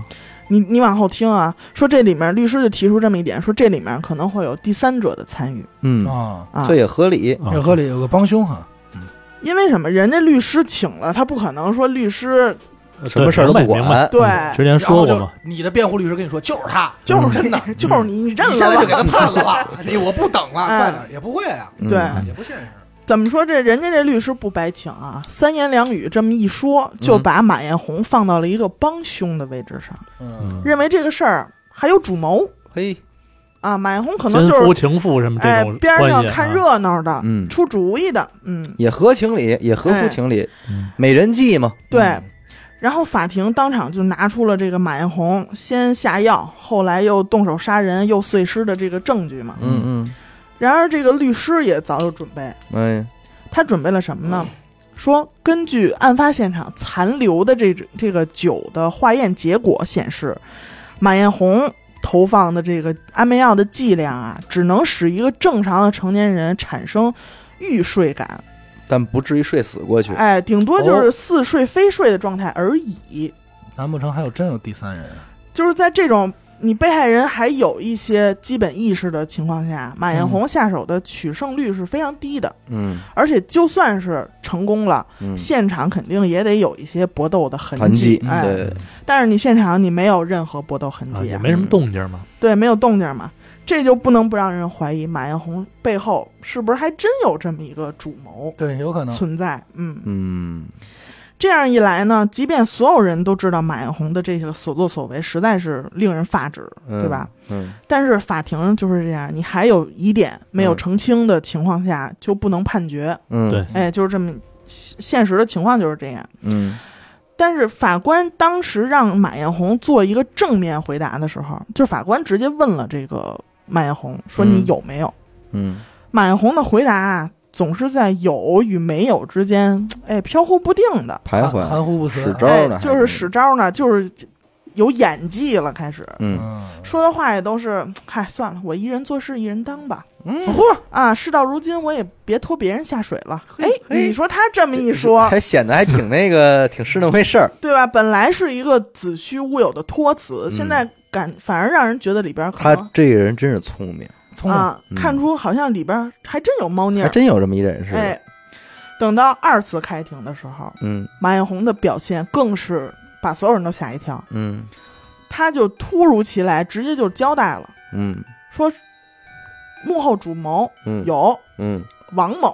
你往后听啊，说这里面律师就提出这么一点，说这里面可能会有第三者的参与。 这也合理， 也合理，有个帮凶哈。 因为什么？人家律师请了，他不可能说律师什么事儿都不管。 对， 之前说过嘛， 你的辩护律师跟你说就是他， 就是真的，就是你认了， 你现在就给他判了吧，我不等了，快点，也不会啊， 对， 也不现实。 怎么说这人家这律师不白请啊？三言两语这么一说，就把马艳红放到了一个帮凶的位置上，认为这个事儿还有主谋。 嘿， 啊，马艳红可能就是情妇什么这种边上看热闹的，出主意的， 也合情理，也合乎情理，美人计嘛。 对，然后法庭当场就拿出了这个马艳红先下药，后来又动手杀人又碎尸的这个证据嘛。然而这个律师也早有准备，他准备了什么呢？说根据案发现场残留的这个酒的化验结果显示，马艳红投放的这个安眠药的剂量啊，只能使一个正常的成年人产生欲睡感， 但不至于睡死过去。 顶多就是似睡非睡的状态而已。 难不成还真有第三人？ 就是在这种你被害人还有一些基本意识的情况下，马艳红下手的取胜率是非常低的。而且就算是成功了，现场肯定也得有一些搏斗的痕迹。 对， 但是你现场你没有任何搏斗痕迹， 也没什么动静嘛。 对，没有动静嘛，这就不能不让人怀疑马艳红背后是不是还真有这么一个主谋？ 对，有可能存在。这样一来呢，即便所有人都知道马艳红的这些所作所为实在是令人发指，对吧？但是法庭就是这样，你还有疑点没有澄清的情况下，就不能判决。 对， 就是这么现实的情况就是这样。但是法官当时让马艳红做一个正面回答的时候，就是法官直接问了这个马艳红说你有没有？马艳红的回答啊，总是在有与没有之间，飘忽不定的， 徘徊， 含糊不辞， 使招呢， 就是使招呢，就是有演技了，开始，说的话也都是，嗨，算了，我一人做事一人当吧，事到如今我也别拖别人下水了，你说他这么一说， 还显得还挺那个，挺是那回事儿， 对吧？本来是一个子虚乌有的托词，现在反而让人觉得里边可能他这个人真是聪明。 看出好像里边还真有猫腻， 还真有这么一人似的。 等到二次开庭的时候，马艳红的表现更是把所有人都吓一跳。他就突如其来直接就交代了，说幕后主谋有王某，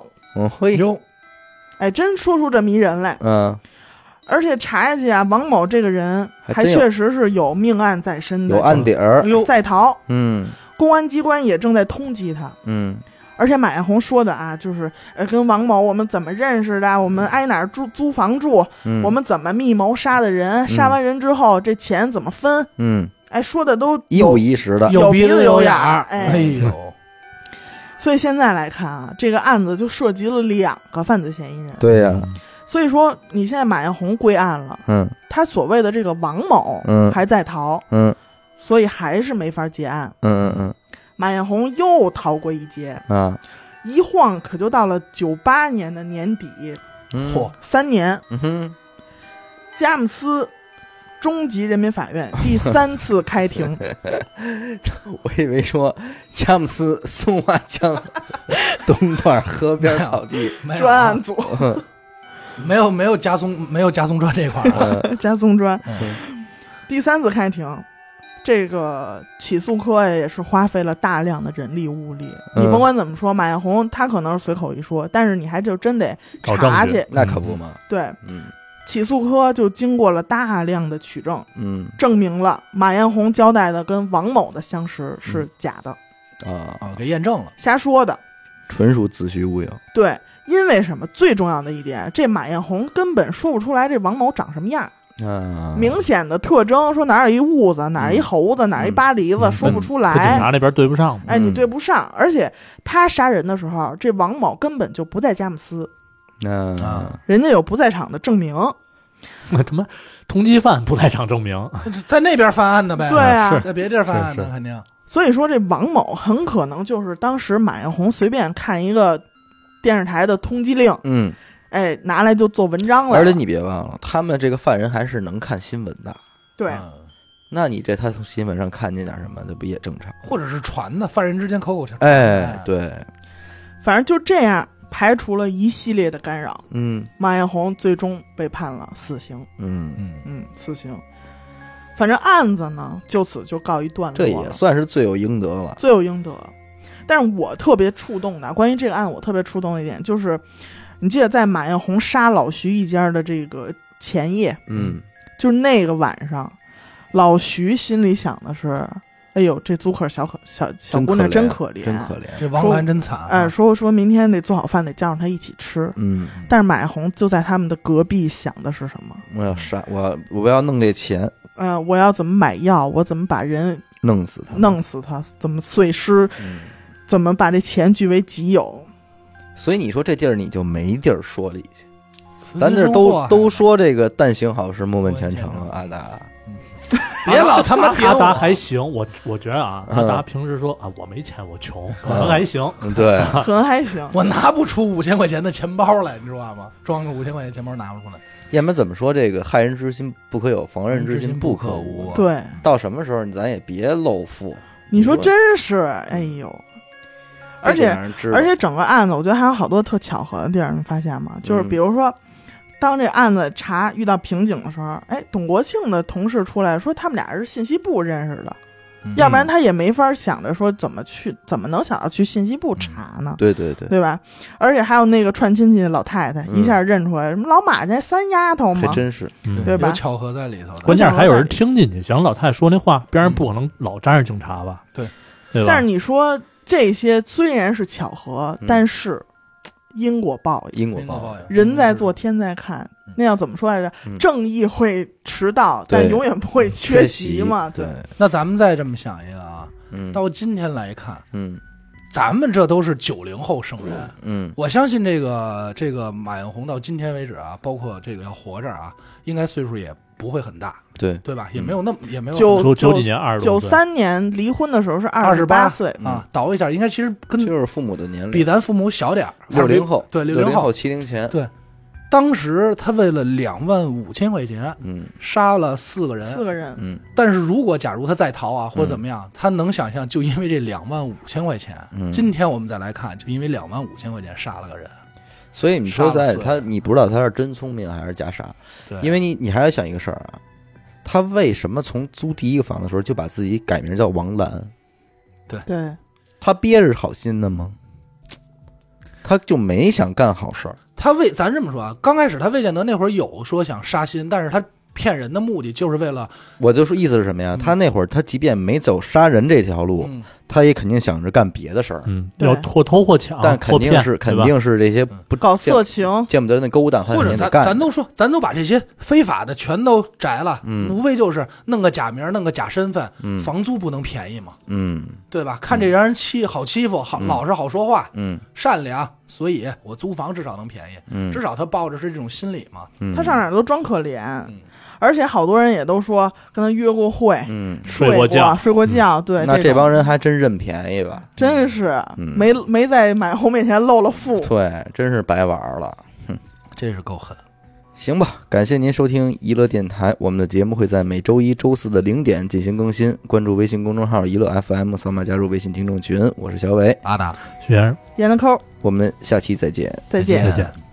真说出这么一人来。而且查下去啊，王某这个人还确实是有命案在身的， 有案底儿， 在逃。公安机关也正在通缉他。而且马艳红说的啊，就是跟王某我们怎么认识的，我们挨哪儿租房住，我们怎么密谋杀的人，杀完人之后这钱怎么分，说的都一五一十的， 有鼻子有眼儿。所以现在来看啊，这个案子就涉及了2个犯罪嫌疑人。 对呀。 所以说你现在马艳红归案了，他所谓的这个王某还在逃，所以还是没法结案。马艳红又逃过一劫一晃可就到了98年的年底，3年。佳木斯中级人民法院第3次开庭。 我以为说佳木斯松花江东段河边草地专案组。 没有加松砖这块儿， 加松砖。第3次开庭，这个起诉科也是花费了大量的人力物力。你甭管怎么说，马艳红他可能是随口一说，但是你还就真得查去， 那可不嘛。 对，起诉科就经过了大量的取证，证明了马艳红交代的跟王某的相识是假的， 给验证了， 瞎说的， 纯属子虚乌有。 对。因为什么？最重要的一点，这马艳红根本说不出来这王某长什么样。明显的特征，说哪有一痦子，哪一猴子，哪一巴黎子，说不出来。 跟警察那边对不上。 你对不上。而且他杀人的时候，这王某根本就不在佳木斯。人家有不在场的证明。 他妈通缉犯不在场证明， 在那边犯案的呗。 对啊， 在别地儿犯案的肯定。 所以说，这王某很可能就是当时马艳红随便看一个电视台的通缉令，拿来就做文章了。 而且你别忘了，他们这个犯人还是能看新闻的。 对， 那你这他从新闻上看见点什么，这不也正常？ 或者是传的，犯人之间口口相传。哎，对， 反正就这样排除了一系列的干扰。马艳红最终被判了死刑。死刑。反正案子呢，就此就告一段落了。 这也算是罪有应得了。 罪有应得。但是我特别触动的，关于这个案，我特别触动的一点就是，你记得在马艳红杀老徐一家的这个前夜，就是那个晚上，老徐心里想的是，哎呦，这租客小姑娘真可怜， 这王兰真惨。 说明天得做好饭，得叫上她一起吃。但是马艳红就在他们的隔壁想的是什么？ 我要杀我要弄这钱。 我要怎么买药？我怎么把人弄死他？ 怎么碎尸？怎么把这钱据为己有？ 所以你说这地儿你就没地儿说理去。咱这都说这个但行好事，莫问前程了，阿达。 别老他妈阿达还行，我觉得啊，阿达平时说我没钱，我穷，可能还行。 对， 可能还行。 我拿不出5000块钱的钱包来，你知道吗？装个5000块钱钱包拿不出来。 要么怎么说这个害人之心不可有，防人之心不可无。 对， 到什么时候咱也别露富。 你说真是，哎呦。而且整个案子，我觉得还有好多特巧合的地儿，你发现吗？就是比如说，当这案子遇到瓶颈的时候，董国庆的同事出来说他们俩是信息部认识的，要不然他也没法想着说怎么能想到去信息部查呢？ 对吧？而且还有那个串亲戚的老太太，一下认出来什么老马家三丫头嘛， 还真是， 对吧？ 有巧合在里头。 关键还有人听进去，想老太太说那话，别人不可能老沾着警察吧？ 对吧？ 但是你说。这些虽然是巧合，但是因果报应，人在做天在看。那要怎么说来着？正义会迟到，但永远不会缺席嘛。对。 那咱们再这么想一个啊，到今天来看，咱们这都是90后生人，我相信这个马艳红到今天为止啊，包括这个要活着啊，应该岁数也不会很大。对吧？也没有也没有 90几年 93年离婚的时候是28岁啊，倒一下应该其实就是父母的年龄比咱父母小点 60后， 对60后 70前， 对。当时他为了25000块钱，杀了4个人，但是假如他再逃啊，或者怎么样，他能想象就因为这25000块钱，今天我们再来看，就因为25000块钱杀了个人。 所以你说实在，你不知道他是真聪明还是假傻，因为你还要想一个事儿啊。他为什么从租第一个房的时候就把自己改名叫王兰？ 对， 他憋着好心的吗？他就没想干好事儿。 咱这么说啊，刚开始他魏建德那会儿有说想杀心，但是他骗人的目的就是为了， 我就说意思是什么呀？他那会儿他即便没走杀人这条路，他也肯定想着干别的事儿， 要或偷或抢， 但肯定是这些不搞色情、 见不得人的勾当， 或者咱都把这些非法的全都摘了，无非就是弄个假名，弄个假身份，房租不能便宜嘛，对吧？看这人好欺负，老实好说话，善良，所以我租房至少能便宜，至少他抱着是这种心理嘛， 他上哪都装可怜。而且好多人也都说跟他约过会，睡过觉，对， 那这帮人还真认便宜吧？ 真是没在马艳红面前露了富， 对，真是白玩了， 这是够狠。 行吧，感谢您收听娱乐电台，我们的节目会在每周1、周4的0点进行更新，关注微信公众号娱乐 FM， 扫码加入微信听众群。我是小伟， 阿达， 徐先生， 闫德抠， 我们下期再见。 再见。